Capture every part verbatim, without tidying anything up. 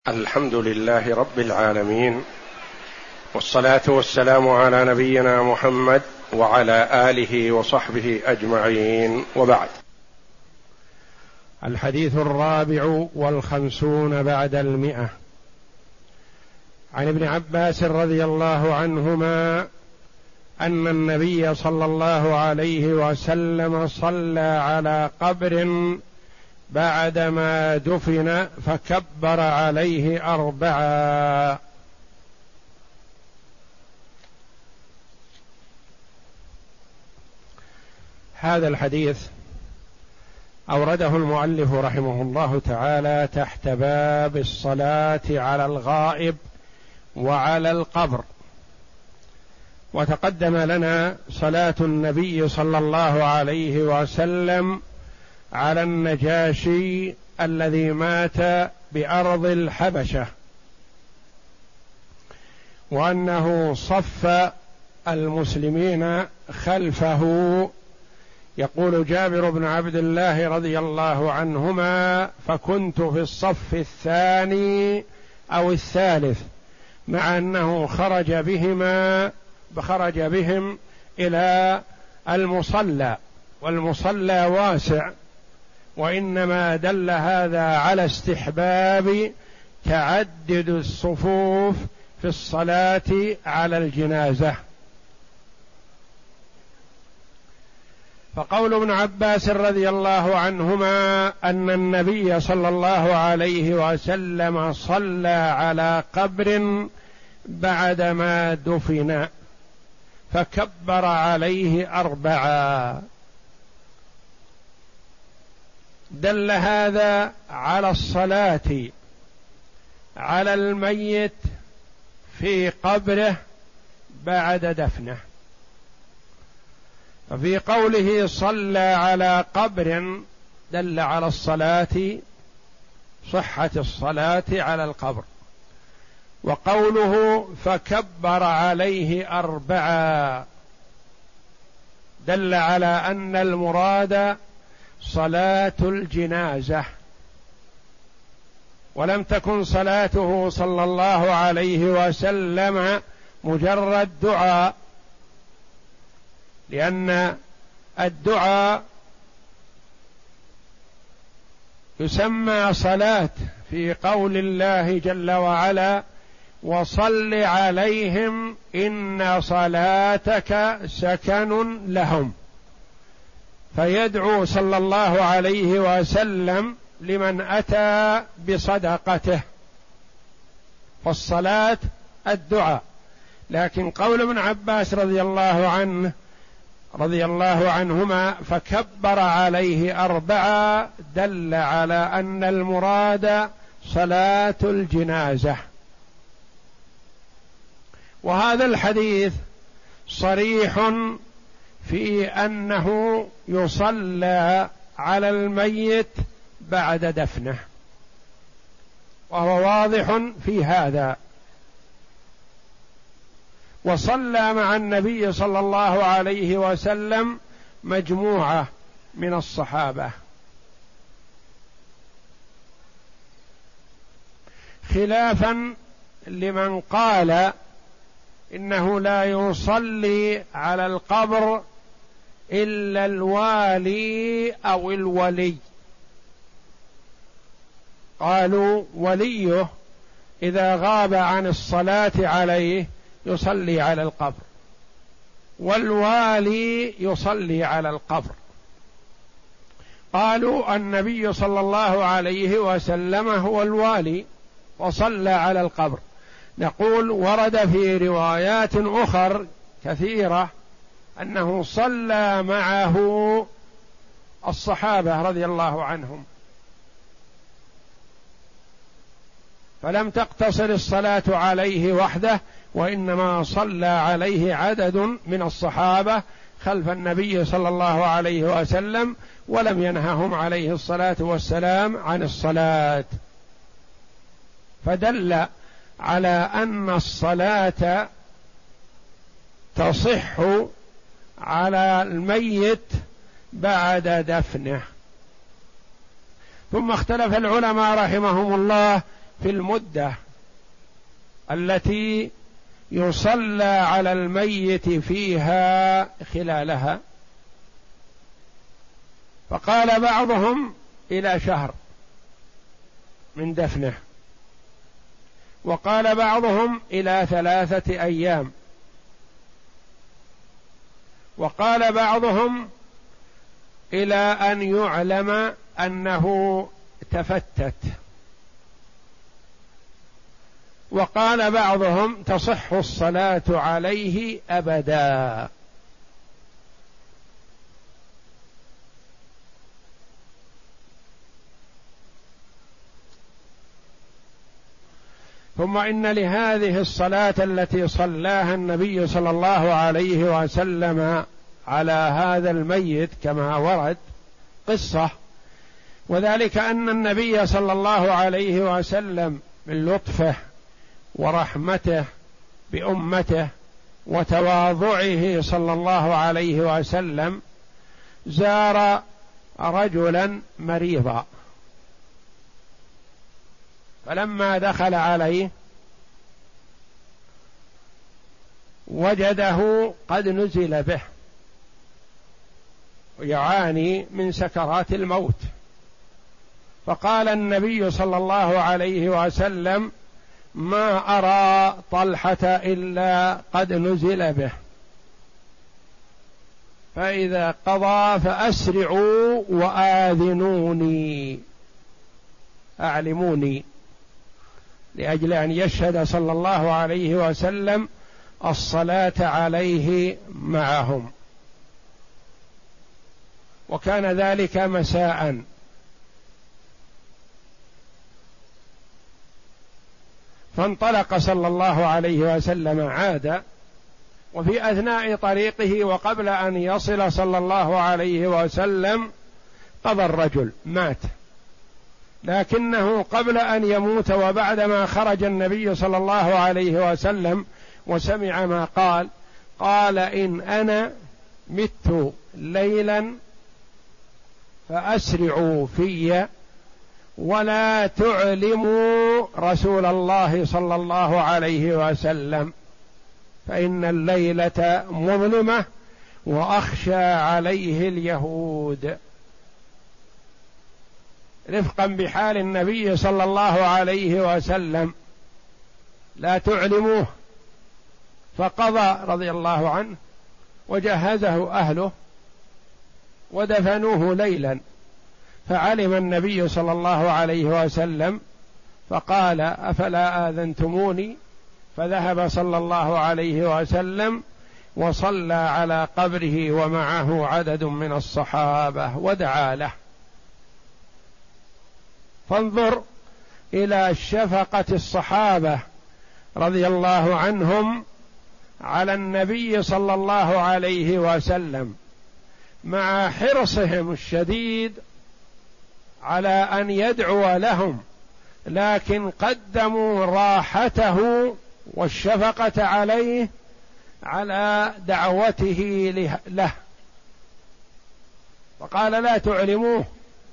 الحمد لله رب العالمين، والصلاة والسلام على نبينا محمد وعلى آله وصحبه أجمعين، وبعد. الحديث الرابع والخمسون بعد المئة، عن ابن عباس رضي الله عنهما أن النبي صلى الله عليه وسلم صلى على قبر بعدما دفن فكبر عليه أربعا. هذا الحديث أورده المؤلف رحمه الله تعالى تحت باب الصلاة على الغائب وعلى القبر، وتقدم لنا صلاة النبي صلى الله عليه وسلم على النجاشي الذي مات بأرض الحبشة، وأنه صف المسلمين خلفه. يقول جابر بن عبد الله رضي الله عنهما: فكنت في الصف الثاني أو الثالث، مع أنه خرج بهما خرج بهم إلى المصلى، والمصلى واسع، وإنما دل هذا على استحباب تعدد الصفوف في الصلاة على الجنازة. فقول ابن عباس رضي الله عنهما أن النبي صلى الله عليه وسلم صلى على قبر بعدما دفن فكبر عليه أربعا، دل هذا على الصلاة على الميت في قبره بعد دفنه. ففي قوله صلى على قبر دل على الصلاة، صحة الصلاة على القبر، وقوله فكبر عليه أربعا دل على أن المراد صلاة الجنازة، ولم تكن صلاته صلى الله عليه وسلم مجرد دعاء، لأن الدعاء يسمى صلاة في قول الله جل وعلا: وصل عليهم إن صلاتك سكن لهم. فيدعو صلى الله عليه وسلم لمن أتى بصدقته، فالصلاة الدعاء. لكن قول ابن عباس رضي الله عنه رضي الله عنهما فكبر عليه أربعة دل على أن المراد صلاة الجنازة. وهذا الحديث صريح في أنه يصلى على الميت بعد دفنه، وهو واضح في هذا. وصلى مع النبي صلى الله عليه وسلم مجموعة من الصحابة، خلافا لمن قال إنه لا يصلي على القبر إلا الوالي أو الولي. قالوا وليه إذا غاب عن الصلاة عليه يصلي على القبر، والوالي يصلي على القبر. قالوا النبي صلى الله عليه وسلم هو الوالي وصلى على القبر. نقول ورد في روايات أخرى كثيرة أنه صلى معه الصحابة رضي الله عنهم، فلم تقتصر الصلاة عليه وحده، وإنما صلى عليه عدد من الصحابة خلف النبي صلى الله عليه وسلم، ولم ينههم عليه الصلاة والسلام عن الصلاة. فدل على أن الصلاة تصح على الميت بعد دفنه. ثم اختلف العلماء رحمهم الله في المدة التي يصلى على الميت فيها خلالها، فقال بعضهم إلى شهر من دفنه، وقال بعضهم إلى ثلاثة أيام، وقال بعضهم إلى أن يعلم أنه تفتت، وقال بعضهم تصح الصلاة عليه أبدا. ثم إن لهذه الصلاة التي صلاها النبي صلى الله عليه وسلم على هذا الميت كما ورد قصة، وذلك أن النبي صلى الله عليه وسلم من لطفه ورحمته بأمته وتواضعه صلى الله عليه وسلم زار رجلا مريضا، فلما دخل عليه وجده قد نزل به ويعاني من سكرات الموت، فقال النبي صلى الله عليه وسلم: ما أرى طلحة إلا قد نزل به، فإذا قضى فأسرعوا وآذنوني، أعلموني، لأجل أن يشهد صلى الله عليه وسلم الصلاة عليه معهم. وكان ذلك مساء، فانطلق صلى الله عليه وسلم عاد، وفي أثناء طريقه وقبل أن يصل صلى الله عليه وسلم قضى الرجل مات، لكنه قبل أن يموت وبعدما خرج النبي صلى الله عليه وسلم وسمع ما قال، قال: إن أنا مت ليلا فأسرعوا في ولا تعلموا رسول الله صلى الله عليه وسلم، فإن الليلة مظلمة وأخشى عليه اليهود، رفقا بحال النبي صلى الله عليه وسلم، لا تعلموه. فقضى رضي الله عنه وجهزه أهله ودفنوه ليلا، فعلم النبي صلى الله عليه وسلم فقال: أفلا آذنتموني؟ فذهب صلى الله عليه وسلم وصلى على قبره ومعه عدد من الصحابة ودعا له. فانظر إلى شفقة الصحابة رضي الله عنهم على النبي صلى الله عليه وسلم، مع حرصهم الشديد على أن يدعو لهم، لكن قدموا راحته والشفقة عليه على دعوته له، وقال: لا تعلموه.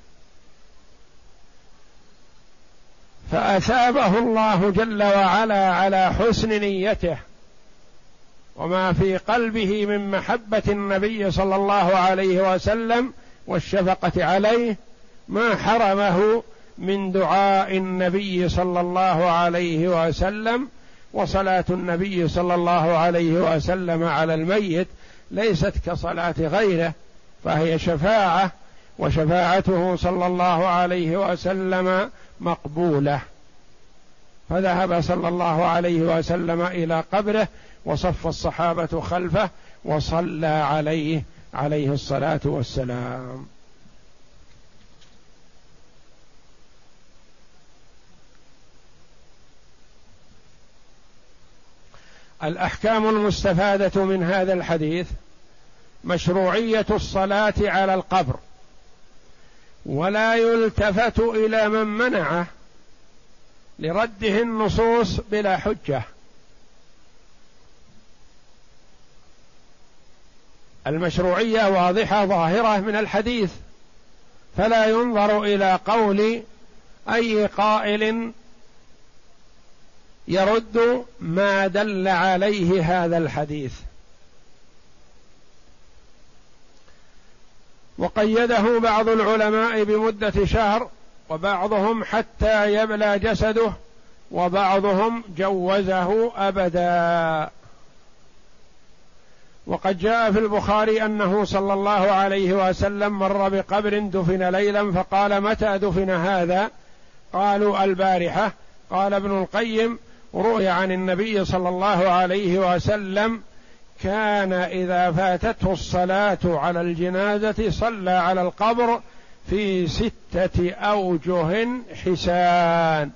فأثابه الله جل وعلا على حسن نيته وما في قلبه من محبة النبي صلى الله عليه وسلم والشفقة عليه، ما حرمه من دعاء النبي صلى الله عليه وسلم. وصلاة النبي صلى الله عليه وسلم على الميت ليست كصلاة غيره، فهي شفاعة، وشفاعته صلى الله عليه وسلم مقبولة. فذهب صلى الله عليه وسلم إلى قبره وصف الصحابة خلفه وصلى عليه عليه الصلاة والسلام. الأحكام المستفادة من هذا الحديث: مشروعية الصلاة على القبر، ولا يلتفت إلى من منعه لرده النصوص بلا حجة. المشروعية واضحة ظاهرة من الحديث، فلا ينظر إلى قول أي قائل يرد ما دل عليه هذا الحديث. وقيده بعض العلماء بمدة شهر، وبعضهم حتى يبلى جسده، وبعضهم جوزه أبدا. وقد جاء في البخاري أنه صلى الله عليه وسلم مر بقبر دفن ليلا فقال: متى دفن هذا؟ قالوا: البارحة. قال ابن القيم: روي عن النبي صلى الله عليه وسلم كان إذا فاتته الصلاة على الجنازة صلى على القبر في ستة أوجه حسان،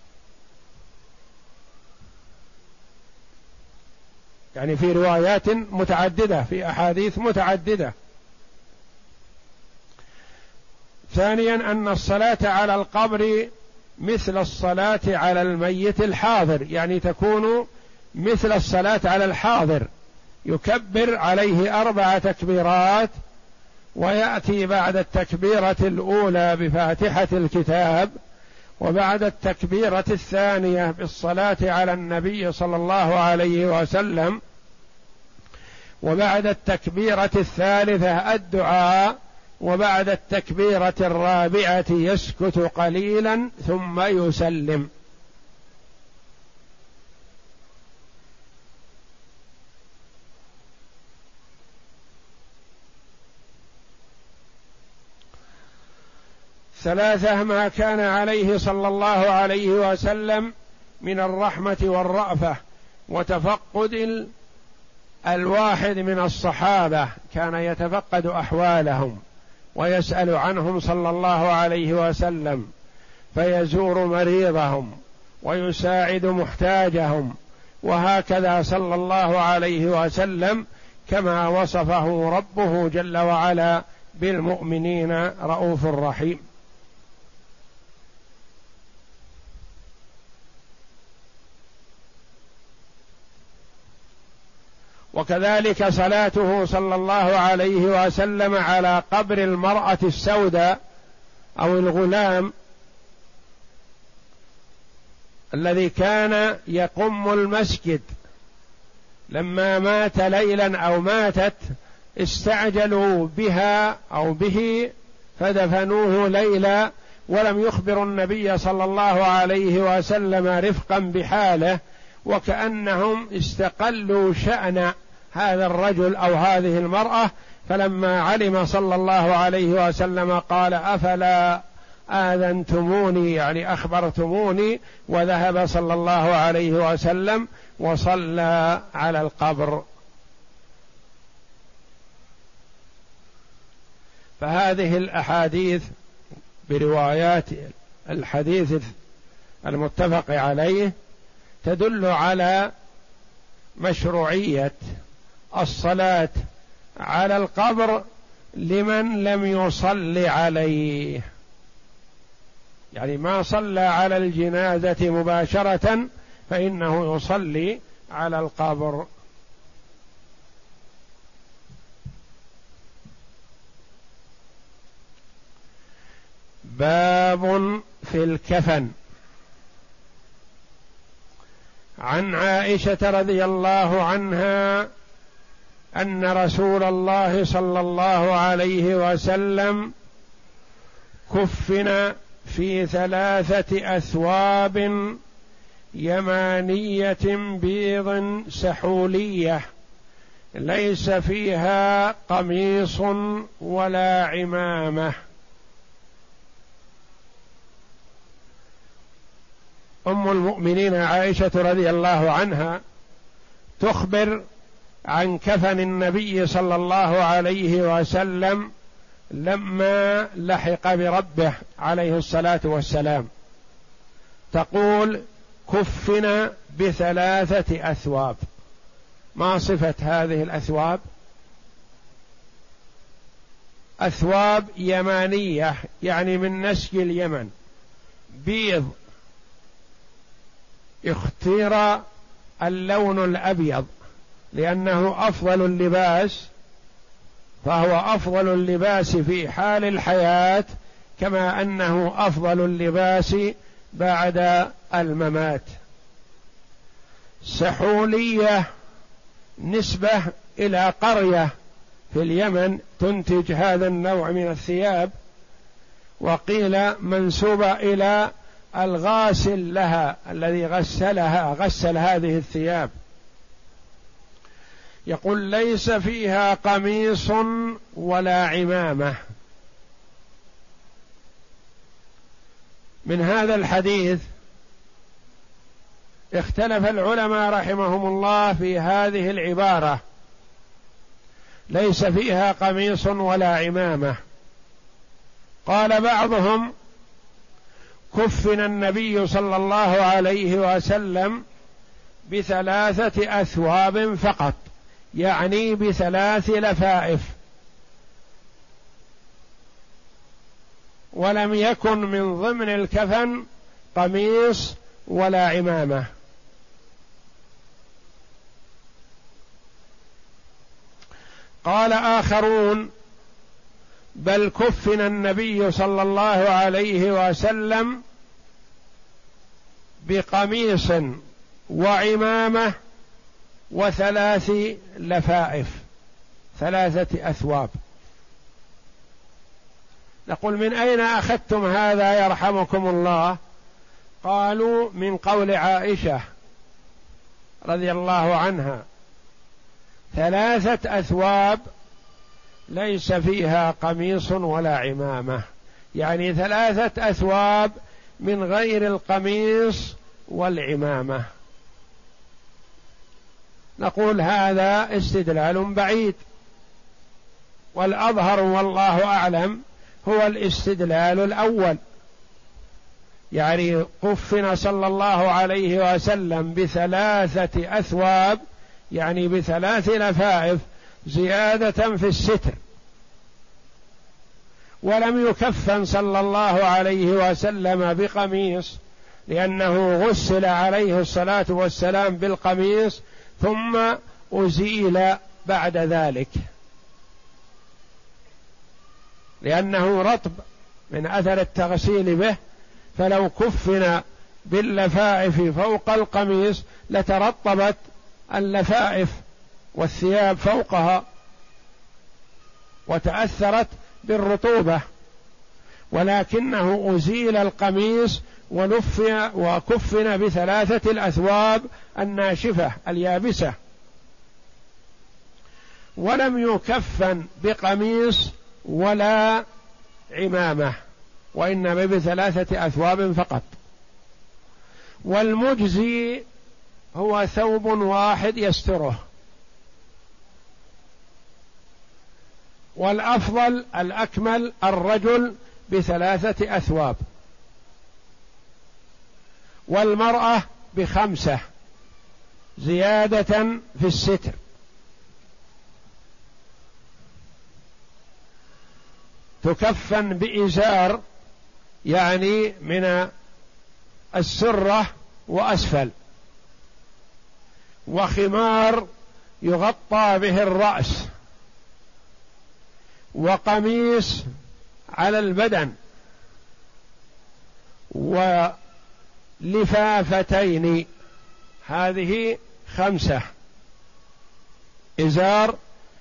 يعني في روايات متعددة، في أحاديث متعددة. ثانيا أن الصلاة على القبر مثل الصلاة على الميت الحاضر، يعني تكون مثل الصلاة على الحاضر، يكبر عليه أربع تكبيرات، ويأتي بعد التكبيرة الأولى بفاتحة الكتاب، وبعد التكبيرة الثانية بالصلاة على النبي صلى الله عليه وسلم، وبعد التكبيرة الثالثة الدعاء، وبعد التكبيرة الرابعة يسكت قليلا ثم يسلم. ثلاثة: ما كان عليه صلى الله عليه وسلم من الرحمة والرأفة وتفقد الواحد من الصحابة، كان يتفقد أحوالهم ويسأل عنهم صلى الله عليه وسلم، فيزور مريضهم ويساعد محتاجهم، وهكذا صلى الله عليه وسلم كما وصفه ربه جل وعلا بالمؤمنين رؤوف رحيم. وكذلك صلاته صلى الله عليه وسلم على قبر المرأة السوداء أو الغلام الذي كان يقم المسجد، لما مات ليلا أو ماتت استعجلوا بها أو به فدفنوه ليلا، ولم يخبر النبي صلى الله عليه وسلم رفقا بحاله، وكأنهم استقلوا شأن هذا الرجل أو هذه المرأة. فلما علم صلى الله عليه وسلم قال: أفلا آذنتموني، يعني أخبرتموني، وذهب صلى الله عليه وسلم وصلى على القبر. فهذه الأحاديث بروايات الحديث المتفق عليه تدل على مشروعية الصلاة على القبر لمن لم يصل عليه، يعني ما صلى على الجنازة مباشرة فإنه يصلي على القبر. باب في الكفن. عن عائشة رضي الله عنها أن رسول الله صلى الله عليه وسلم كفن في ثلاثة أثواب يمانية بيض سحولية ليس فيها قميص ولا عمامة. أم المؤمنين عائشة رضي الله عنها تخبر عن كفن النبي صلى الله عليه وسلم لما لحق بربه عليه الصلاة والسلام، تقول: كفن بثلاثة أثواب. ما صفة هذه الأثواب؟ أثواب يمانية، يعني من نسج اليمن، بيض، اختير اللون الأبيض لأنه أفضل اللباس، فهو أفضل اللباس في حال الحياة كما أنه أفضل اللباس بعد الممات. سحولية نسبة إلى قرية في اليمن تنتج هذا النوع من الثياب، وقيل منسوبة إلى الغاسل لها الذي غسلها غسل هذه الثياب. يقول ليس فيها قميص ولا عمامة. من هذا الحديث اختلف العلماء رحمهم الله في هذه العبارة ليس فيها قميص ولا عمامة. قال بعضهم كفن النبي صلى الله عليه وسلم بثلاثة أثواب فقط، يعني بثلاث لفائف، ولم يكن من ضمن الكفن قميص ولا عمامة. قال آخرون بل كفن النبي صلى الله عليه وسلم بقميص وعمامة وثلاث لفائف، ثلاثة أثواب. نقول من أين أخذتم هذا يرحمكم الله؟ قالوا من قول عائشة رضي الله عنها ثلاثة أثواب ليس فيها قميص ولا عمامة، يعني ثلاثة أثواب من غير القميص والعمامة. نقول هذا استدلال بعيد، والأظهر والله أعلم هو الاستدلال الأول، يعني كفن صلى الله عليه وسلم بثلاثة أثواب، يعني بثلاث لفائف زيادة في الستر، ولم يكفن صلى الله عليه وسلم بقميص لأنه غسل عليه الصلاة والسلام بالقميص ثم أزيل بعد ذلك لأنه رطب من أثر التغسيل به، فلو كفن باللفائف فوق القميص لترطبت اللفائف والثياب فوقها وتأثرت بالرطوبة، ولكنه أزيل القميص ونفي وكفن بثلاثة الأثواب الناشفة اليابسة، ولم يكفن بقميص ولا عمامة، وإنما بثلاثة أثواب فقط. والمجزي هو ثوب واحد يستره، والأفضل الأكمل الرجل بثلاثة أثواب، والمرأة بخمسة زيادة في الستر. تكفن بإزار يعني من السرة وأسفل، وخمار يغطى به الرأس، وقميص على البدن، ولفافتين، هذه خمسة. إزار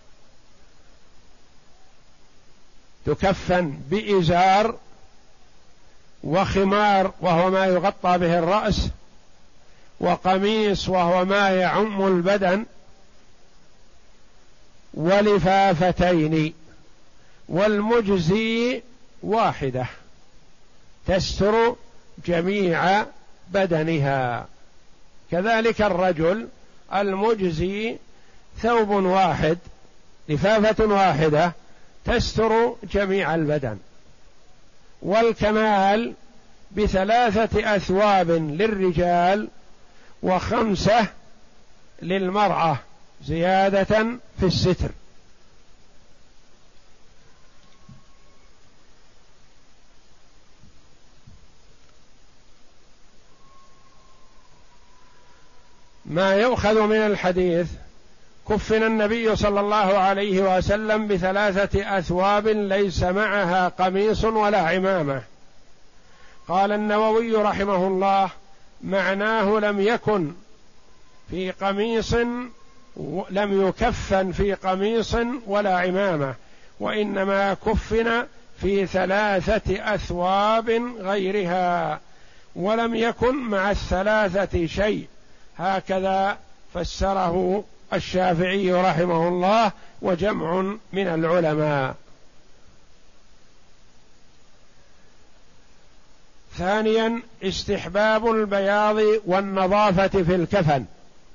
تكفن بإزار، وخمار وهو ما يغطى به الرأس، وقميص وهو ما يعم البدن، ولفافتين. والمجزي واحدة تستر جميع بدنها. كذلك الرجل المجزي ثوب واحد، لفافة واحدة تستر جميع البدن. والكمال بثلاثة أثواب للرجال وخمسة للمرأة زيادة في الستر. ما يؤخذ من الحديث: كفن النبي صلى الله عليه وسلم بثلاثة أثواب ليس معها قميص ولا عمامة. قال النووي رحمه الله: معناه لم يكن في قميص لم يكفن في قميص ولا عمامة، وإنما كفن في ثلاثة أثواب غيرها، ولم يكن مع الثلاثة شيء. هكذا فسره الشافعي رحمه الله وجمع من العلماء. ثانيا استحباب البياض والنظافة في الكفن.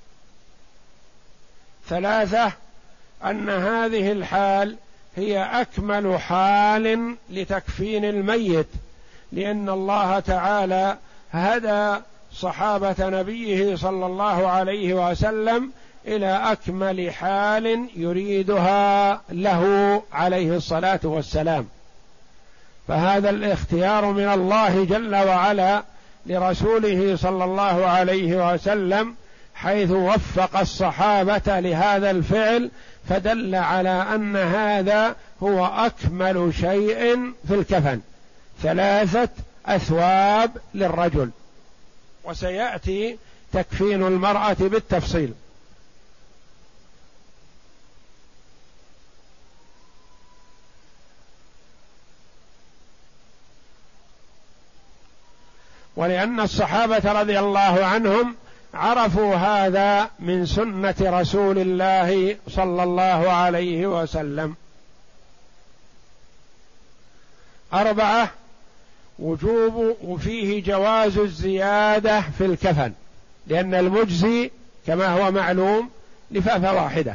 ثلاثة أن هذه الحال هي أكمل حال لتكفين الميت، لأن الله تعالى هدى صحابة نبيه صلى الله عليه وسلم إلى أكمل حال يريدها له عليه الصلاة والسلام، فهذا الاختيار من الله جل وعلا لرسوله صلى الله عليه وسلم، حيث وفق الصحابة لهذا الفعل، فدل على أن هذا هو أكمل شيء في الكفن، ثلاثة أثواب للرجل، وسيأتي تكفين المرأة بالتفصيل. ولأن الصحابة رضي الله عنهم عرفوا هذا من سنة رسول الله صلى الله عليه وسلم. أربعة وجوب وفيه جواز الزيادة في الكفن، لأن المجزي كما هو معلوم لفافة واحدة.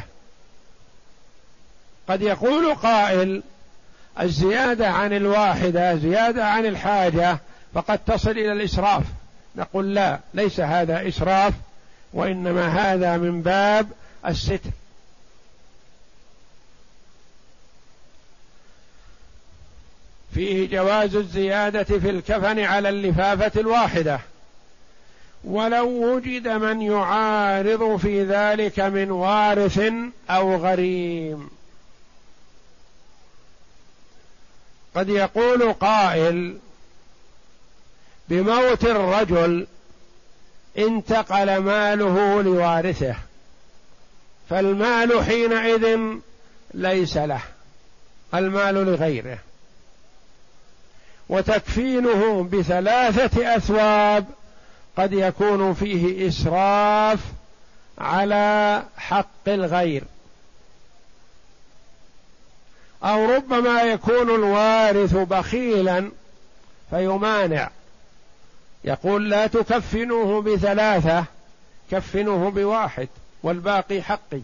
قد يقول قائل الزيادة عن الواحدة زيادة عن الحاجة فقد تصل إلى الإسراف. نقول لا، ليس هذا إسراف، وإنما هذا من باب الستر. فيه جواز الزيادة في الكفن على اللفافة الواحدة، ولو وجد من يعارض في ذلك من وارث أو غريم. قد يقول قائل بموت الرجل انتقل ماله لوارثه، فالمال حينئذ ليس له، المال لغيره، وتكفينه بثلاثة أثواب قد يكون فيه إسراف على حق الغير، أو ربما يكون الوارث بخيلا فيمانع، يقول لا تكفنوه بثلاثة، كفنوه بواحد والباقي حقي،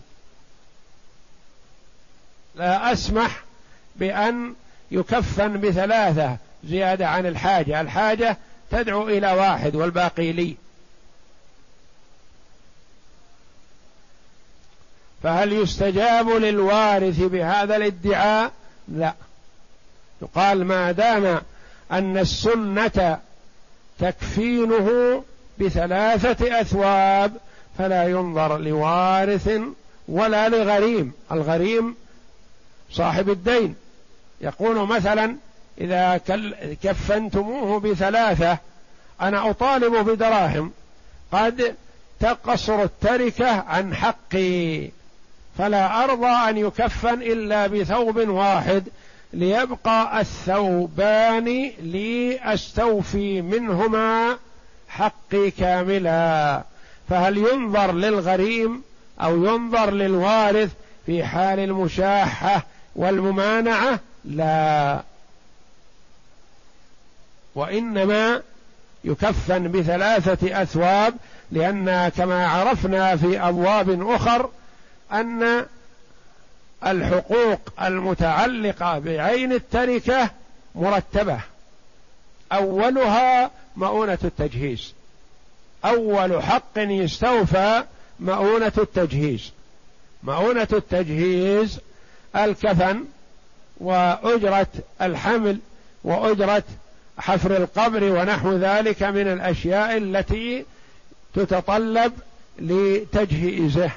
لا أسمح بأن يكفن بثلاثة زيادة عن الحاجة، الحاجة تدعو إلى واحد والباقي لي. فهل يستجاب للوارث بهذا الادعاء؟ لا، يقال ما دام أن السنة تكفينه بثلاثة أثواب فلا ينظر لوارث ولا لغريم. الغريم صاحب الدين يقول مثلا إذا كفنتموه بثلاثة أنا أطالب بدراهم، قد تقصر التركة عن حقي، فلا أرضى أن يكفن إلا بثوب واحد ليبقى الثوبان لي أستوفي منهما حقي كاملا. فهل ينظر للغريم أو ينظر للوارث في حال المشاحة والممانعة؟ لا، وإنما يكفن بثلاثة أثواب، لأن كما عرفنا في أبواب أخر أن الحقوق المتعلقة بعين التركة مرتبة، أولها مؤونة التجهيز، أول حق يستوفى مؤونة التجهيز. مؤونة التجهيز الكفن وأجرة الحمل وأجرة حفر القبر ونحو ذلك من الأشياء التي تتطلب لتجهيزه،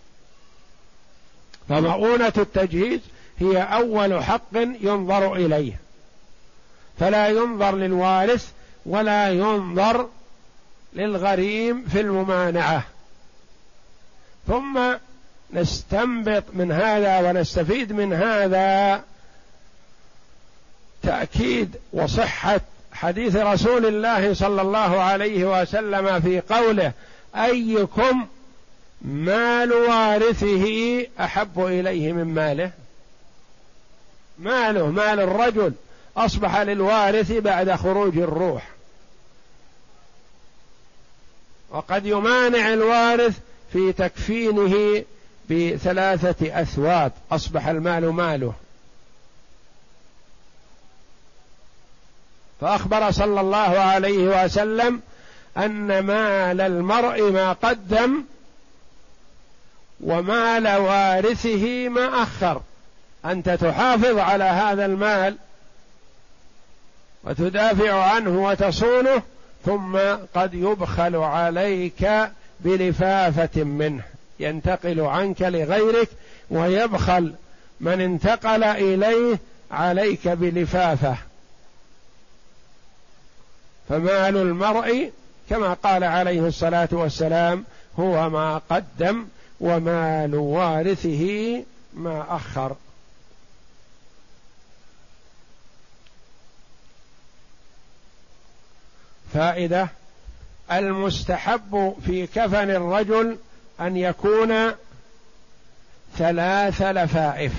فمؤونة التجهيز هي أول حق ينظر إليه، فلا ينظر للوارث ولا ينظر للغريم في الممانعة. ثم نستنبط من هذا ونستفيد من هذا تأكيد وصحة حديث رسول الله صلى الله عليه وسلم في قوله: أيكم مال وارثه أحب إليه من ماله. ماله، مال الرجل، أصبح للوارث بعد خروج الروح، وقد يمانع الوارث في تكفينه بثلاثة أثواب، أصبح المال ماله. فأخبر صلى الله عليه وسلم أن مال المرء ما قدم ومال وارثه ما أخر. أنت تحافظ على هذا المال وتدافع عنه وتصونه، ثم قد يبخل عليك بلفافة منه، ينتقل عنك لغيرك ويبخل من انتقل إليه عليك بلفافة. فمال المرء كما قال عليه الصلاة والسلام هو ما قدم، ومال وارثه ما أخر. فائدة: المستحب في كفن الرجل أن يكون ثلاث لفائف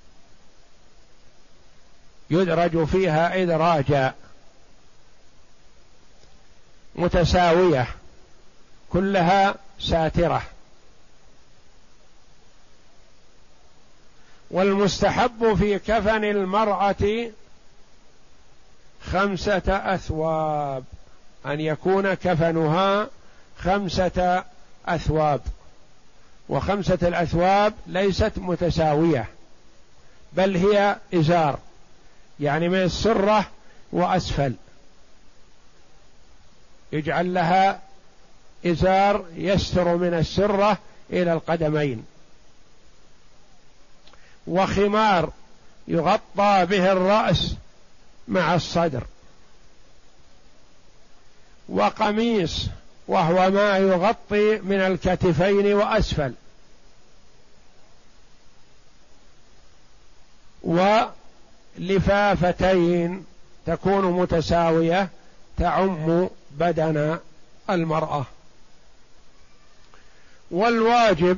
يدرج فيها إدراجا متساوية كلها ساترة. والمستحب في كفن المرأة خمسة أثواب، أن يكون كفنها خمسة أثواب، وخمسة الأثواب ليست متساوية، بل هي إزار، يعني من السرة وأسفل، يجعل لها إزار يستر من السرة إلى القدمين، وخمار يغطى به الرأس مع الصدر، وقميص وهو ما يغطي من الكتفين وأسفل، ولفافتين تكون متساوية تعم بدن المرأة. والواجب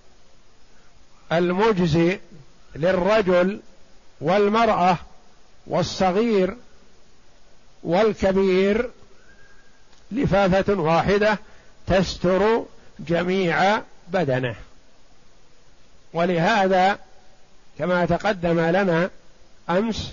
المجزي للرجل والمرأة والصغير والكبير لفافة واحدة تستر جميع بدنه. ولهذا كما تقدم لنا أمس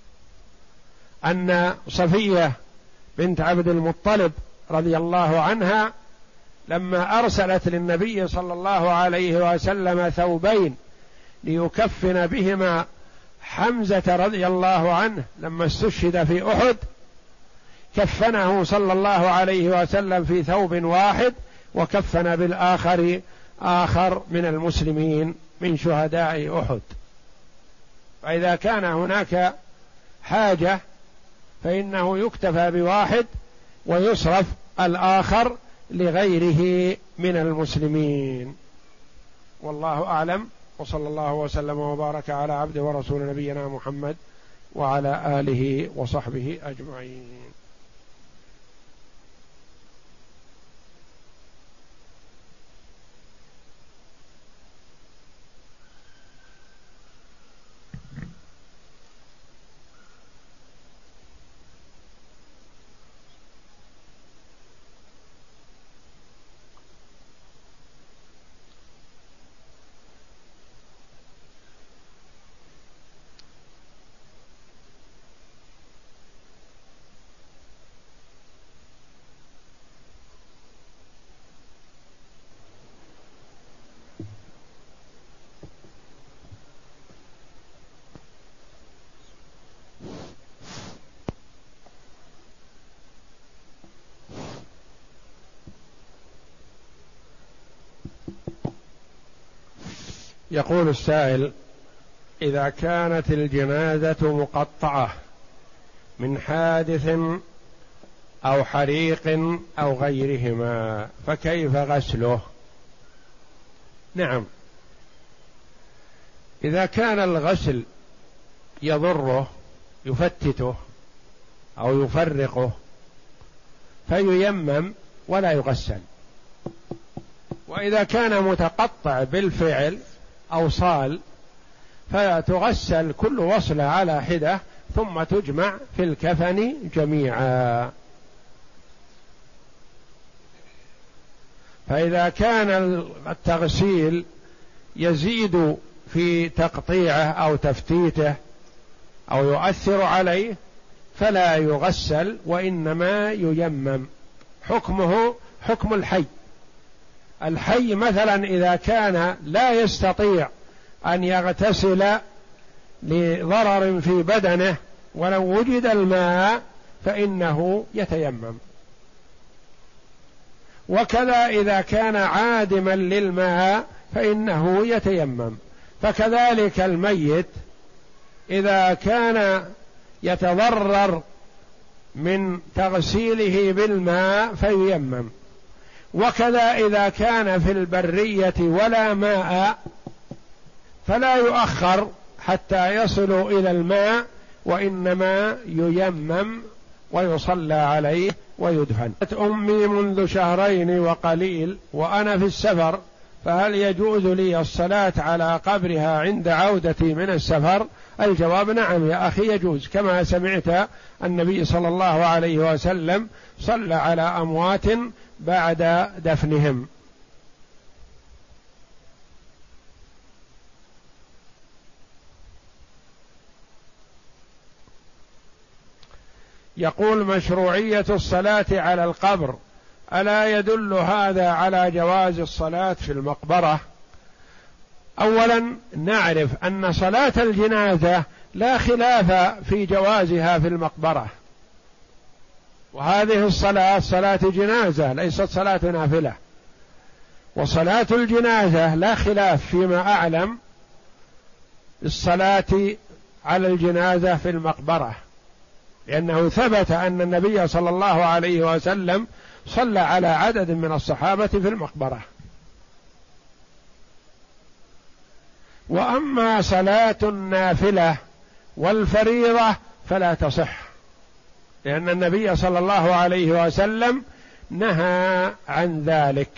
أن صفية بنت عبد المطلب رضي الله عنها لما أرسلت للنبي صلى الله عليه وسلم ثوبين ليكفن بهما حمزة رضي الله عنه لما استشهد في أحد، كفنه صلى الله عليه وسلم في ثوب واحد، وكفن بالآخر آخر من المسلمين من شهداء أحد. فإذا كان هناك حاجة فإنه يكتفى بواحد ويصرف الآخر لغيره من المسلمين. والله أعلم، وصلى الله وسلم وبارك على عبده ورسول نبينا محمد وعلى آله وصحبه أجمعين. يقول السائل: إذا كانت الجنازة مقطعة من حادث أو حريق أو غيرهما فكيف غسله؟ نعم، إذا كان الغسل يضره يفتته أو يفرقه فييمم ولا يغسل، وإذا كان متقطع بالفعل أو صال فتغسل كل وصلة على حدة ثم تجمع في الكفن جميعا. فإذا كان التغسيل يزيد في تقطيعه أو تفتيته أو يؤثر عليه فلا يغسل وإنما ييمم، حكمه حكم الحي. الحي مثلا إذا كان لا يستطيع أن يغتسل لضرر في بدنه ولو وجد الماء فإنه يتيمم، وكذا إذا كان عادما للماء فإنه يتيمم. فكذلك الميت إذا كان يتضرر من تغسيله بالماء فييمم، وكذا إذا كان في البرية ولا ماء فلا يؤخر حتى يصلوا إلى الماء، وإنما ييمم ويصلى عليه ويدفن. أمي منذ شهرين وقليل وأنا في السفر، فهل يجوز لي الصلاة على قبرها عند عودتي من السفر؟ الجواب نعم يا أخي يجوز، كما سمعت النبي صلى الله عليه وسلم صلى على أموات بعد دفنهم. يقول مشروعية الصلاة على القبر، ألا يدل هذا على جواز الصلاة في المقبرة؟ أولا نعرف أن صلاة الجنازة لا خلاف في جوازها في المقبرة، وهذه الصلاة صلاة جنازة ليست صلاة نافلة، وصلاة الجنازة لا خلاف فيما أعلم الصلاة على الجنازة في المقبرة، لأنه ثبت أن النبي صلى الله عليه وسلم صلى على عدد من الصحابة في المقبرة. وأما صلاة النافلة والفريضة فلا تصح، لأن النبي صلى الله عليه وسلم نهى عن ذلك.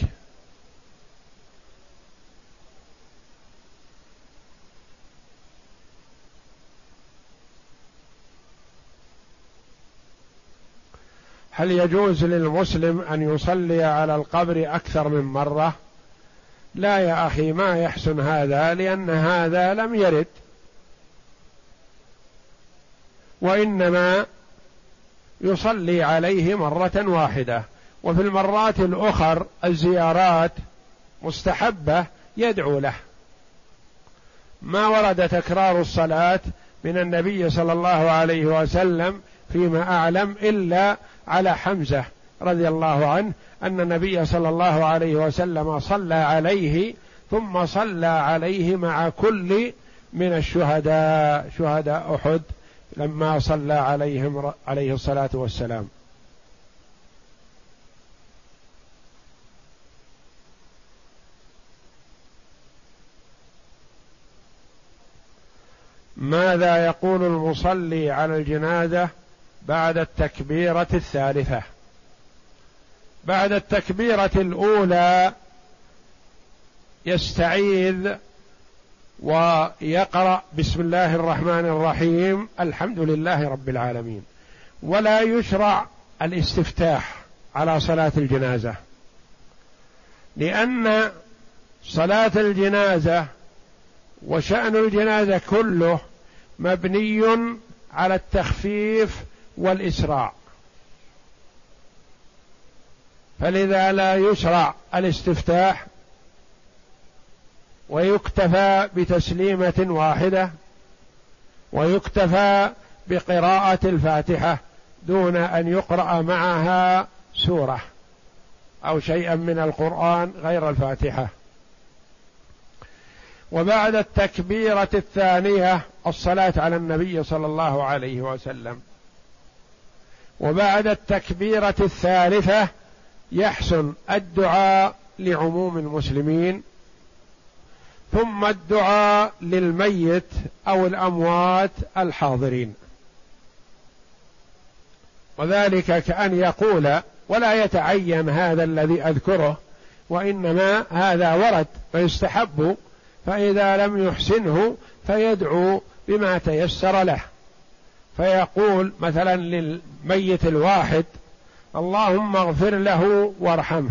هل يجوز للمسلم أن يصلي على القبر أكثر من مرة؟ لا يا أخي، ما يحسن هذا، لأن هذا لم يرد، وإنما يصلي عليه مرة واحدة، وفي المرات الأخر الزيارات مستحبة يدعو له. ما ورد تكرار الصلاة من النبي صلى الله عليه وسلم فيما أعلم إلا على حمزة رضي الله عنه، أن النبي صلى الله عليه وسلم صلى عليه ثم صلى عليه مع كل من الشهداء شهداء أحد لما صلى عليهم عليه الصلاة والسلام. ماذا يقول المصلي على الجنازة بعد التكبيرة الثالثة؟ بعد التكبيرة الأولى يستعيذ ويقرأ بسم الله الرحمن الرحيم الحمد لله رب العالمين، ولا يشرع الاستفتاح على صلاة الجنازة، لأن صلاة الجنازة وشأن الجنازة كله مبني على التخفيف والإسراع، فلذا لا يشرع الاستفتاح، ويكتفى بتسليمة واحدة، ويكتفى بقراءة الفاتحة دون أن يقرأ معها سورة أو شيئا من القرآن غير الفاتحة. وبعد التكبيرة الثانية الصلاة على النبي صلى الله عليه وسلم. وبعد التكبيرة الثالثة يحسن الدعاء لعموم المسلمين ثم الدعاء للميت أو الأموات الحاضرين، وذلك كأن يقول، ولا يتعين هذا الذي أذكره، وإنما هذا ورد فيستحب، فإذا لم يحسنه فيدعو بما تيسر له، فيقول مثلا للميت الواحد: اللهم اغفر له وارحمه.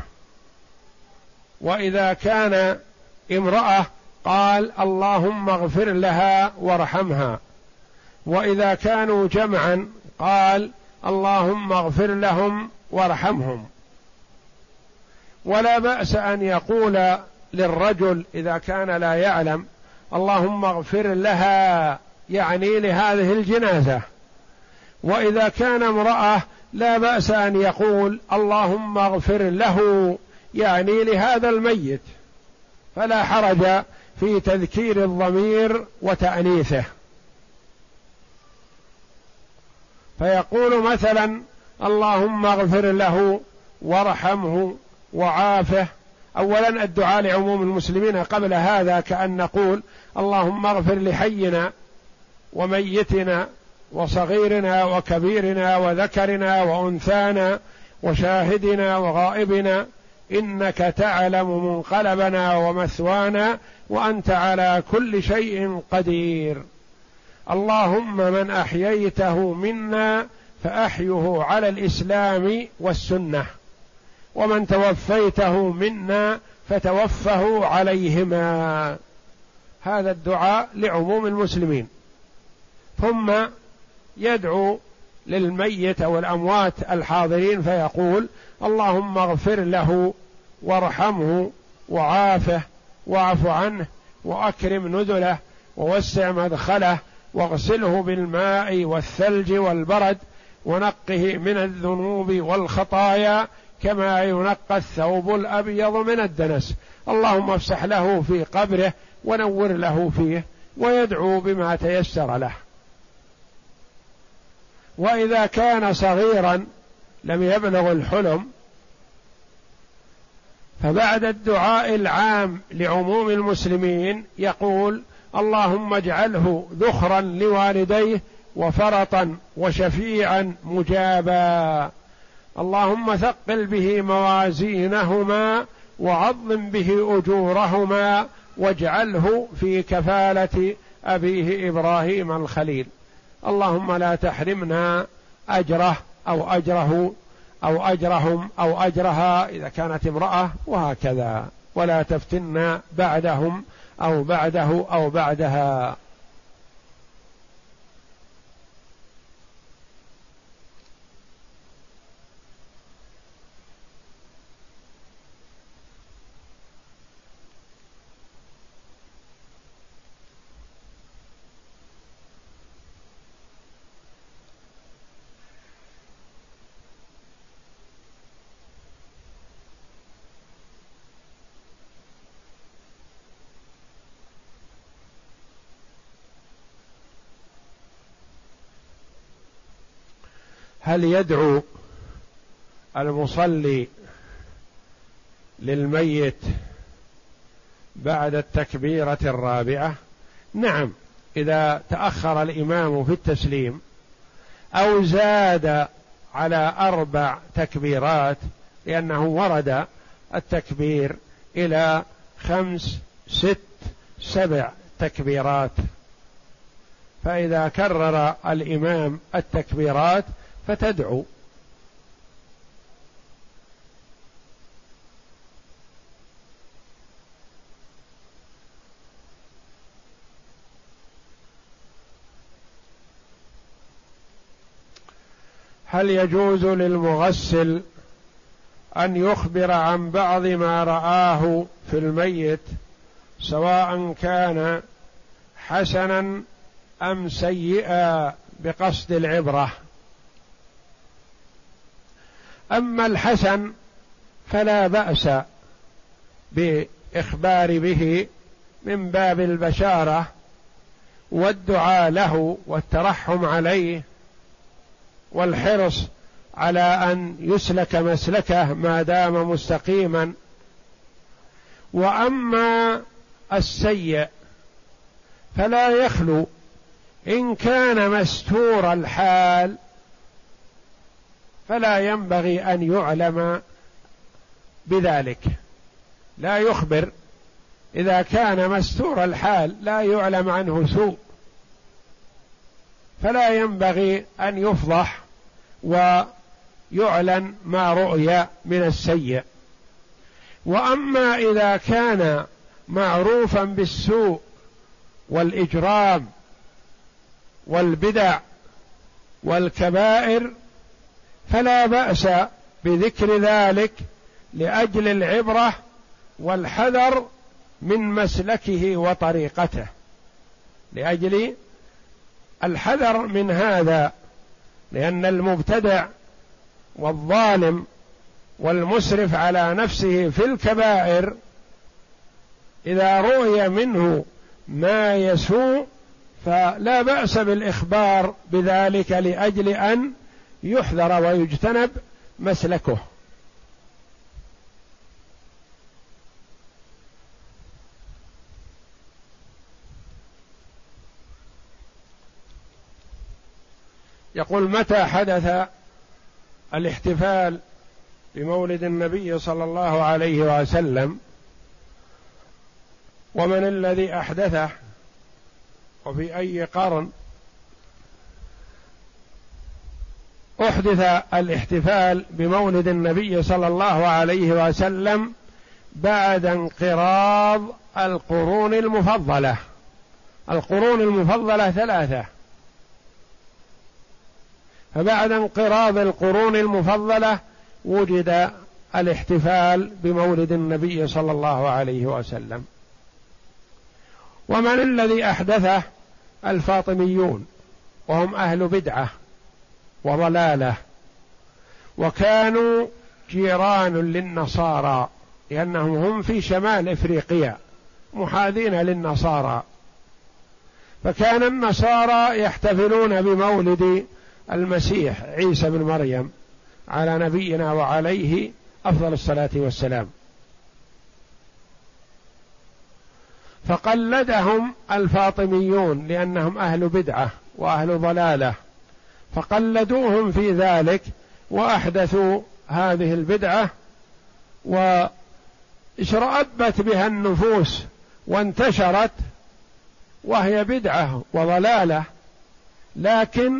وإذا كان امرأة قال: اللهم اغفر لها وارحمها. وإذا كانوا جمعا قال: اللهم اغفر لهم وارحمهم. ولا بأس أن يقول للرجل إذا كان لا يعلم: اللهم اغفر لها، يعني لهذه الجنازة. وإذا كان امرأة لا بأس أن يقول: اللهم اغفر له، يعني لهذا الميت، فلا حرج في تذكير الضمير وتأنيثه. فيقول مثلا: اللهم اغفر له وارحمه وعافه. أولا الدعاء لعموم المسلمين قبل هذا، كأن نقول: اللهم اغفر لحينا وميتنا وصغيرنا وكبيرنا وذكرنا وأنثانا وشاهدنا وغائبنا، إنك تعلم منقلبنا ومثوانا، وأنت على كل شيء قدير. اللهم من أحييته منا فأحيه على الإسلام والسنة، ومن توفيته منا فتوفه عليهما. هذا الدعاء لعموم المسلمين. ثم يدعو للميت أو الأموات الحاضرين فيقول: اللهم اغفر له وارحمه وعافه واعف عنه وأكرم نزله ووسع مدخله واغسله بالماء والثلج والبرد ونقه من الذنوب والخطايا كما ينقى الثوب الأبيض من الدنس. اللهم افسح له في قبره ونور له فيه، ويدعو بما تيسر له. وإذا كان صغيرا لم يبلغ الحلم، فبعد الدعاء العام لعموم المسلمين يقول: اللهم اجعله ذخرا لوالديه وفرطا وشفيعا مجابا. اللهم ثقل به موازينهما وعظم به أجورهما واجعله في كفالة أبيه إبراهيم الخليل. اللهم لا تحرمنا أجره أو أجره أو أجرهم أو أجرها إذا كانت امرأة، وهكذا، ولا تفتنا بعدهم أو بعده أو بعدها. هل يدعو المصلي للميت بعد التكبيرة الرابعة؟ نعم، إذا تأخر الإمام في التسليم أو زاد على أربع تكبيرات، لأنه ورد التكبير إلى خمس ست سبع تكبيرات، فإذا كرر الإمام التكبيرات فتدعو. هل يجوز للمغسل أن يخبر عن بعض ما رآه في الميت سواء كان حسنا أم سيئا بقصد العبرة؟ أما الحسن فلا بأس بإخبار به من باب البشارة والدعاء له والترحم عليه والحرص على أن يسلك مسلكه ما دام مستقيما. وأما السيء فلا يخلو إن كان مستور الحال فلا ينبغي أن يعلم بذلك، لا يخبر إذا كان مستور الحال لا يعلم عنه سوء، فلا ينبغي أن يفضح ويعلن ما رؤي من السيء. وأما إذا كان معروفا بالسوء والإجرام والبدع والكبائر فلا بأس بذكر ذلك لأجل العبرة والحذر من مسلكه وطريقته، لأجل الحذر من هذا، لأن المبتدع والظالم والمسرف على نفسه في الكبائر إذا رؤي منه ما يسوء فلا بأس بالإخبار بذلك لأجل أن يحذر ويجتنب مسلكه. يقول: متى حدث الاحتفال بمولد النبي صلى الله عليه وسلم؟ ومن الذي أحدثه؟ وفي أي قرن أحدث الاحتفال بمولد النبي صلى الله عليه وسلم؟ بعد انقراض القرون المفضلة. القرون المفضلة ثلاثة، فبعد انقراض القرون المفضلة وجد الاحتفال بمولد النبي صلى الله عليه وسلم. ومن الذي أحدثه؟ الفاطميون، وهم أهل بدعة وضلالة، وكانوا جيران للنصارى لأنهم هم في شمال إفريقيا محاذين للنصارى، فكان النصارى يحتفلون بمولد المسيح عيسى بن مريم على نبينا وعليه أفضل الصلاة والسلام، فقلدهم الفاطميون لأنهم أهل بدعة وأهل ضلالة، فقلدوهم في ذلك وأحدثوا هذه البدعة واشرأبت بها النفوس وانتشرت، وهي بدعة وضلالة، لكن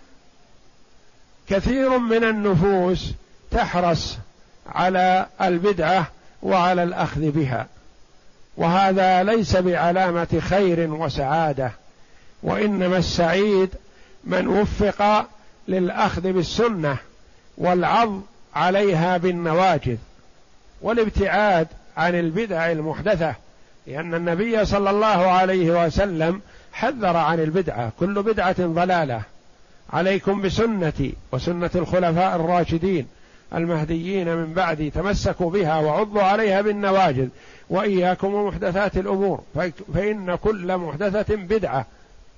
كثير من النفوس تحرص على البدعة وعلى الأخذ بها، وهذا ليس بعلامة خير وسعادة، وإنما السعيد من وفق للأخذ بالسنة والعض عليها بالنواجذ والابتعاد عن البدع المحدثة، لأن النبي صلى الله عليه وسلم حذر عن البدعة: كل بدعة ضلالة، عليكم بسنتي وسنة الخلفاء الراشدين المهديين من بعدي، تمسكوا بها وعضوا عليها بالنواجذ، وإياكم ومحدثات الأمور فإن كل محدثة بدعة.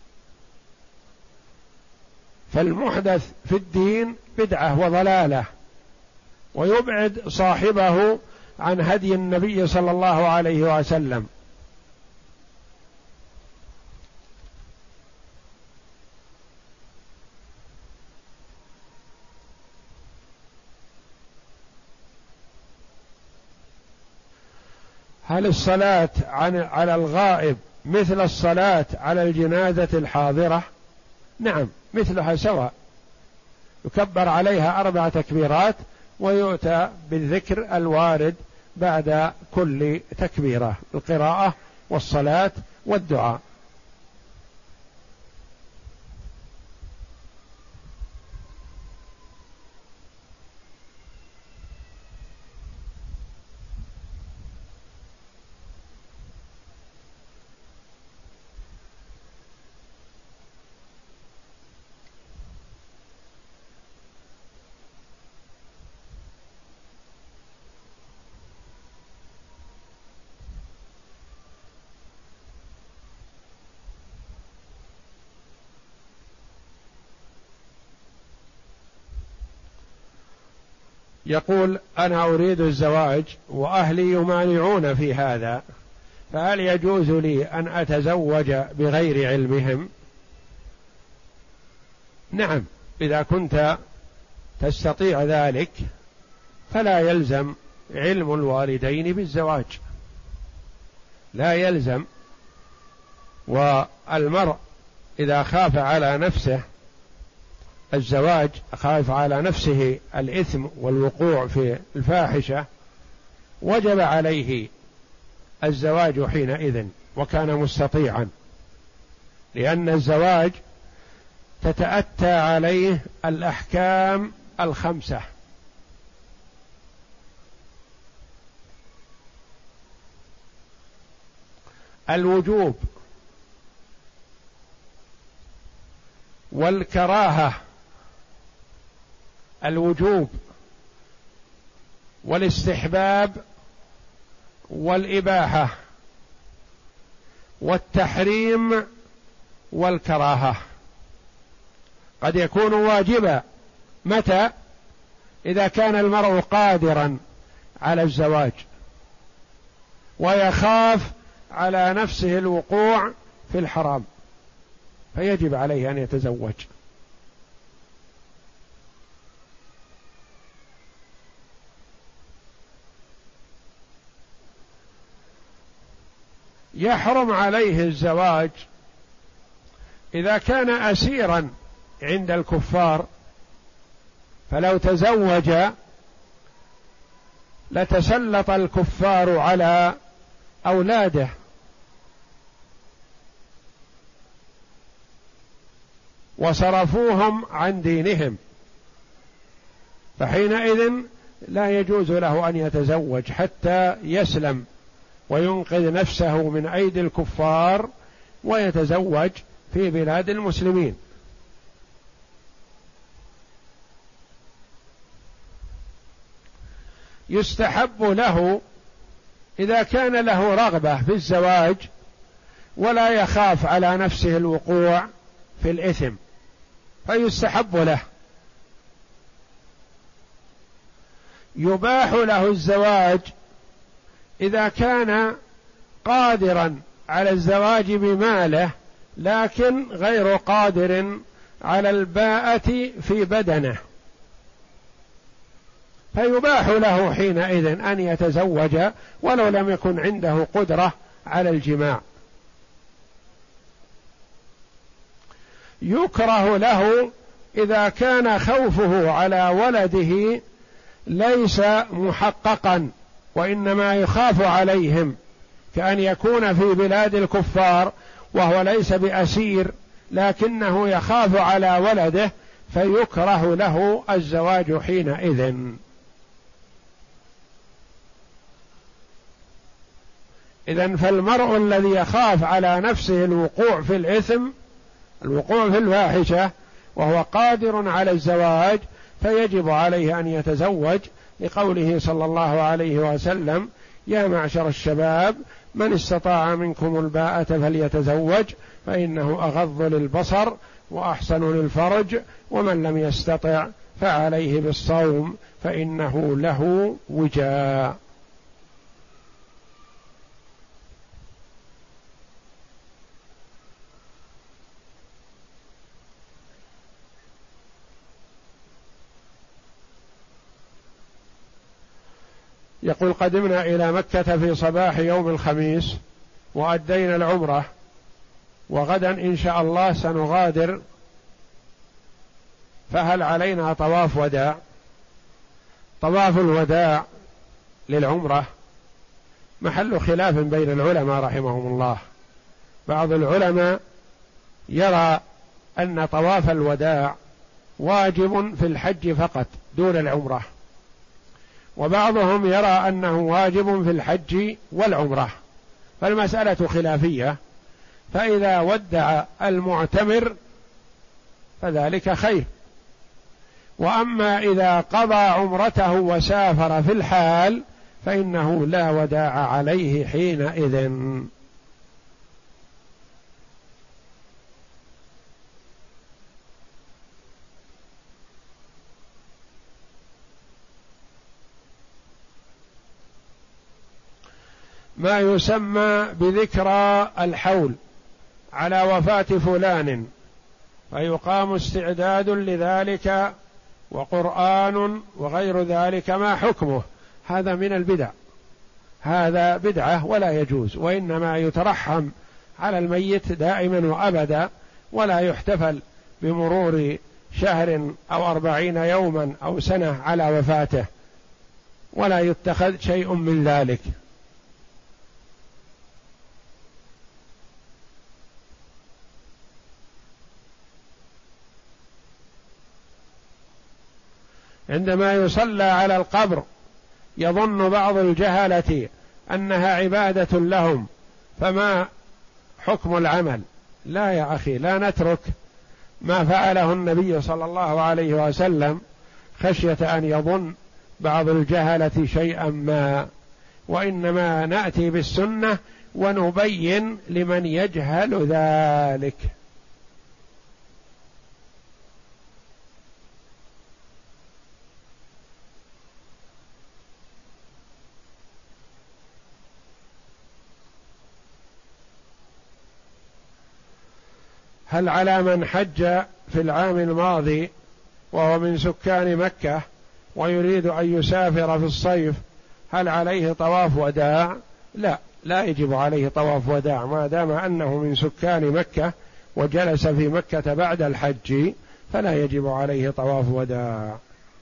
فالمحدث في الدين بدعة وضلالة، ويبعد صاحبه عن هدي النبي صلى الله عليه وسلم. هل الصلاة على الغائب مثل الصلاة على الجنازة الحاضرة؟ نعم، مثلها سواء، يكبر عليها أربع تكبيرات ويؤتى بالذكر الوارد بعد كل تكبيرة، القراءة والصلاة والدعاء. يقول: أنا أريد الزواج وأهلي يمانعون في هذا، فهل يجوز لي أن أتزوج بغير علمهم؟ نعم، إذا كنت تستطيع ذلك فلا يلزم علم الوالدين بالزواج، لا يلزم. والمرء إذا خاف على نفسه الزواج، خاف على نفسه الإثم والوقوع في الفاحشة، وجب عليه الزواج حينئذ وكان مستطيعا، لأن الزواج تتأتى عليه الأحكام الخمسة: الوجوب والكراهة، الوجوب والاستحباب والإباحة والتحريم والكراهة. قد يكون واجبا متى؟ إذا كان المرء قادرا على الزواج ويخاف على نفسه الوقوع في الحرام فيجب عليه أن يتزوج. يحرم عليه الزواج إذا كان أسيرا عند الكفار، فلو تزوج لتسلط الكفار على أولاده، وصرفوهم عن دينهم، فحينئذ لا يجوز له أن يتزوج حتى يسلم وينقذ نفسه من أيدي الكفار ويتزوج في بلاد المسلمين. يستحب له إذا كان له رغبة في الزواج ولا يخاف على نفسه الوقوع في الإثم فيستحب له. يباح له الزواج إذا كان قادرا على الزواج بماله لكن غير قادر على الباءة في بدنه، فيباح له حينئذ أن يتزوج ولو لم يكن عنده قدرة على الجماع. يكره له إذا كان خوفه على ولده ليس محققا وإنما يخاف عليهم، كأن يكون في بلاد الكفار وهو ليس بأسير لكنه يخاف على ولده، فيكره له الزواج حينئذ. إذن فالمرء الذي يخاف على نفسه الوقوع في الإثم، الوقوع في الفاحشة، وهو قادر على الزواج فيجب عليه أن يتزوج، لقوله صلى الله عليه وسلم: يا معشر الشباب من استطاع منكم الباءة فليتزوج فإنه أغض للبصر وأحسن للفرج ومن لم يستطع فعليه بالصوم فإنه له وجاء. يقول: قدمنا إلى مكة في صباح يوم الخميس وأدينا العمرة، وغدا إن شاء الله سنغادر، فهل علينا طواف وداع؟ طواف الوداع للعمرة محل خلاف بين العلماء رحمهم الله. بعض العلماء يرى أن طواف الوداع واجب في الحج فقط دون العمرة، وبعضهم يرى أنه واجب في الحج والعمرة، فالمسألة خلافية. فإذا ودع المعتمر فذلك خير، وأما إذا قضى عمرته وسافر في الحال فإنه لا وداع عليه حينئذ. ما يسمى بذكرى الحول على وفاة فلان، فيقام استعداد لذلك وقرآن وغير ذلك، ما حكمه؟ هذا من البدع، هذا بدعة ولا يجوز، وإنما يترحم على الميت دائما وأبدا، ولا يحتفل بمرور شهر أو أربعين يوما أو سنة على وفاته، ولا يتخذ شيء من ذلك. عندما يصلى على القبر يظن بعض الجهلة أنها عبادة لهم، فما حكم العمل؟ لا يا أخي، لا نترك ما فعله النبي صلى الله عليه وسلم خشية أن يظن بعض الجهلة شيئا ما، وإنما نأتي بالسنة ونبين لمن يجهل ذلك. هل على من حج في العام الماضي وهو من سكان مكة ويريد أن يسافر في الصيف هل عليه طواف وداع؟ لا، لا يجب عليه طواف وداع ما دام أنه من سكان مكة وجلس في مكة بعد الحج، فلا يجب عليه طواف وداع.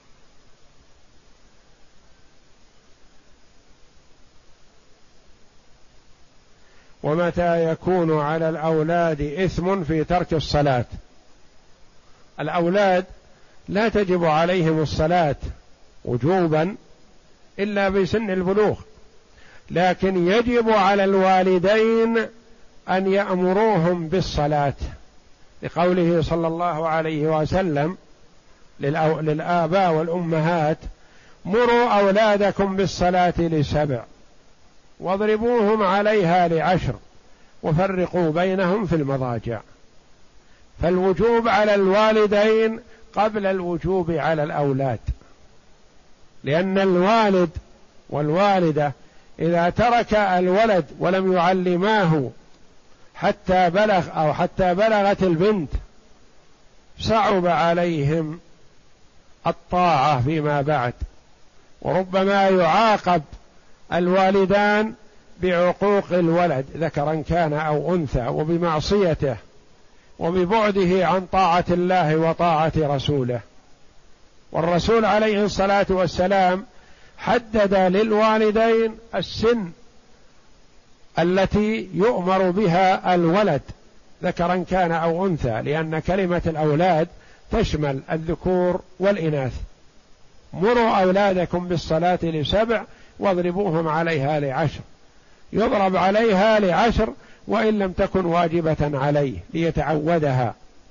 ومتى يكون على الأولاد إثم في ترك الصلاة؟ الأولاد لا تجب عليهم الصلاة وجوبا إلا بسن البلوغ، لكن يجب على الوالدين أن يأمروهم بالصلاة، لقوله صلى الله عليه وسلم للآباء والأمهات: مروا أولادكم بالصلاة لسبع واضربوهم عليها لعشر وفرقوا بينهم في المضاجع. فالوجوب على الوالدين قبل الوجوب على الأولاد، لأن الوالد والوالدة إذا ترك الولد ولم يعلماه حتى بلغ أو حتى بلغت البنت صعب عليهم الطاعة فيما بعد، وربما يعاقب الوالدان بعقوق الولد ذكرا كان أو أنثى وبمعصيته وببعده عن طاعة الله وطاعة رسوله. والرسول عليه الصلاة والسلام حدد للوالدين السن التي يؤمر بها الولد ذكرا كان أو أنثى، لأن كلمة الأولاد تشمل الذكور والإناث. مروا أولادكم بالصلاة لسبع واضربوهم عليها لعشر، يضرب عليها لعشر وإن لم تكن واجبة عليه ليتعودها.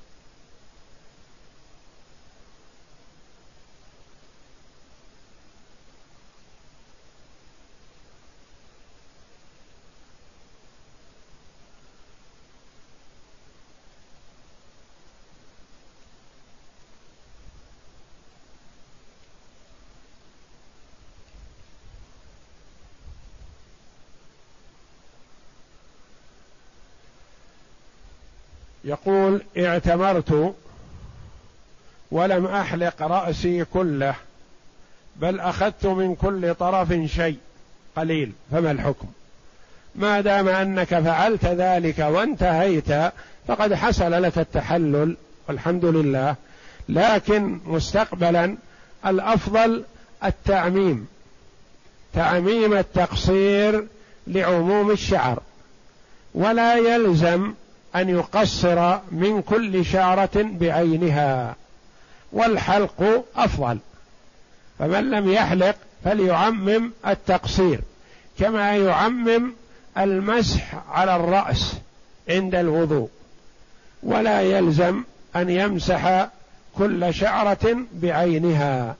يقول: اعتمرت ولم أحلق رأسي كله، بل أخذت من كل طرف شيء قليل، فما الحكم؟ ما دام أنك فعلت ذلك وانتهيت فقد حصل لك التحلل والحمد لله، لكن مستقبلا الأفضل التعميم، تعميم التقصير لعموم الشعر، ولا يلزم أن يقصر من كل شعرة بعينها، والحلق أفضل. فمن لم يحلق فليعمم التقصير، كما يعمم المسح على الرأس عند الوضوء، ولا يلزم أن يمسح كل شعرة بعينها.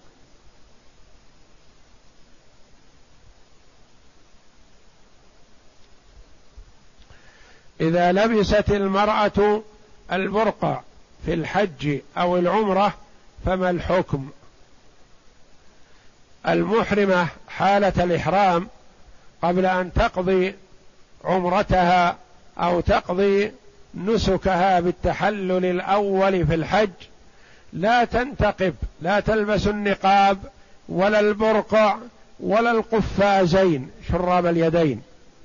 إذا لبست المرأة البرقع في الحج أو العمرة فما الحكم؟ المحرمة حالة الإحرام قبل أن تقضي عمرتها أو تقضي نسكها بالتحلل الأول في الحج لا تنتقب، لا تلبس النقاب ولا البرقع ولا القفازين شراب اليدين.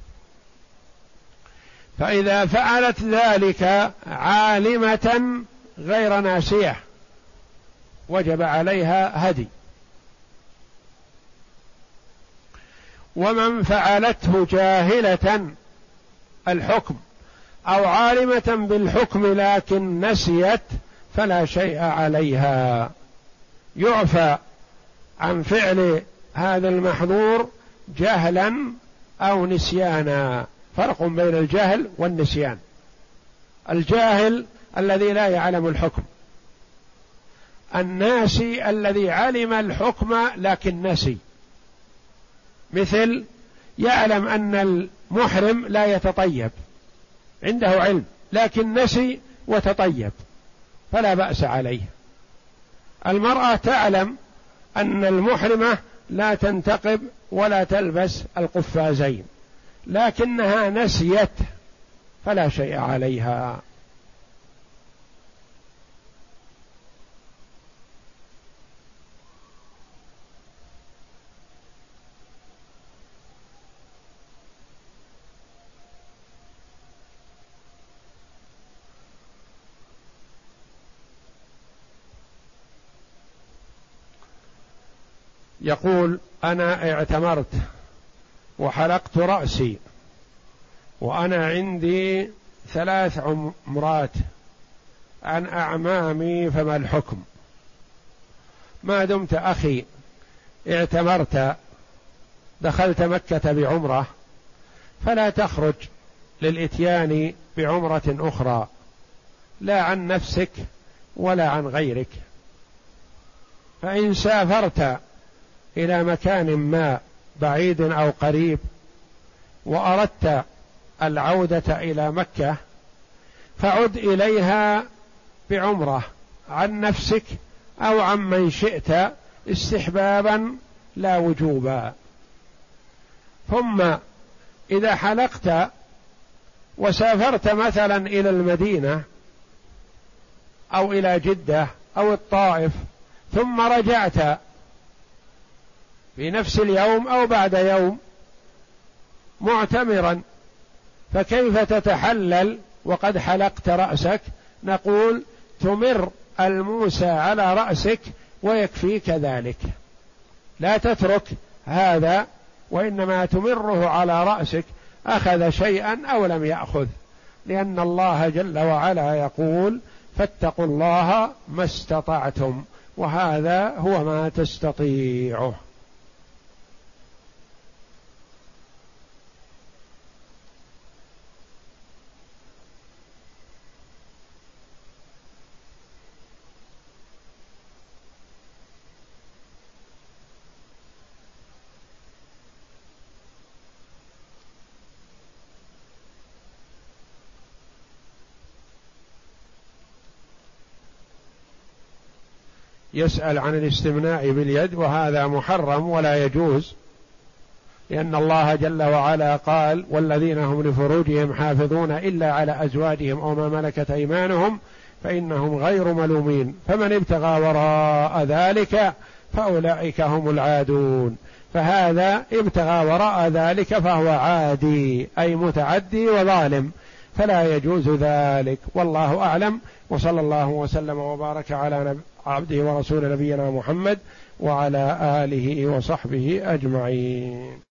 فإذا فعلت ذلك عالمة غير ناسية وجب عليها هدي. ومن فعلته جاهلة الحكم أو عالمة بالحكم لكن نسيت فلا شيء عليها، يعفى عن فعل هذا المحظور جهلا أو نسيانا. فرق بين الجهل والنسيان. الجاهل الذي لا يعلم الحكم، الناسي الذي علم الحكم لكن نسي، مثل يعلم أن المحرم لا يتطيب، عنده علم لكن نسي وتطيب فلا بأس عليه. المرأة تعلم أن المحرمة لا تنتقب ولا تلبس القفازين لكنها نسيت فلا شيء عليها. يقول: أنا اعتمرت وحلقت رأسي وأنا عندي ثلاث عمرات عن أعمامي، فما الحكم؟ ما دمت أخي اعتمرت دخلت مكة بعمرة فلا تخرج للإتيان بعمرة أخرى لا عن نفسك ولا عن غيرك. فإن سافرت إلى مكان ما بعيد أو قريب وأردت العودة إلى مكة فعد إليها بعمرة عن نفسك أو عن من شئت استحبابا لا وجوبا. ثم إذا حلقت وسافرت مثلا إلى المدينة أو إلى جدة أو الطائف ثم رجعت في نفس اليوم أو بعد يوم معتمرا، فكيف تتحلل وقد حلقت رأسك؟ نقول: تمر الموسى على رأسك ويكفيك ذلك، لا تترك هذا وإنما تمره على رأسك، أخذ شيئا أو لم يأخذ، لأن الله جل وعلا يقول: فاتقوا الله ما استطعتم، وهذا هو ما تستطيعه. يسأل عن الاستمناء باليد، وهذا محرم ولا يجوز، لأن الله جل وعلا قال: والذين هم لفروجهم حافظون إلا على أزواجهم أو ما ملكت أيمانهم فإنهم غير ملومين، فمن ابتغى وراء ذلك فأولئك هم العادون. فهذا ابتغى وراء ذلك فهو عادي أي متعدي وظالم، فلا يجوز ذلك، والله أعلم. وصلى الله وسلم وبارك على عبده ورسول نبينا محمد وعلى آله وصحبه أجمعين.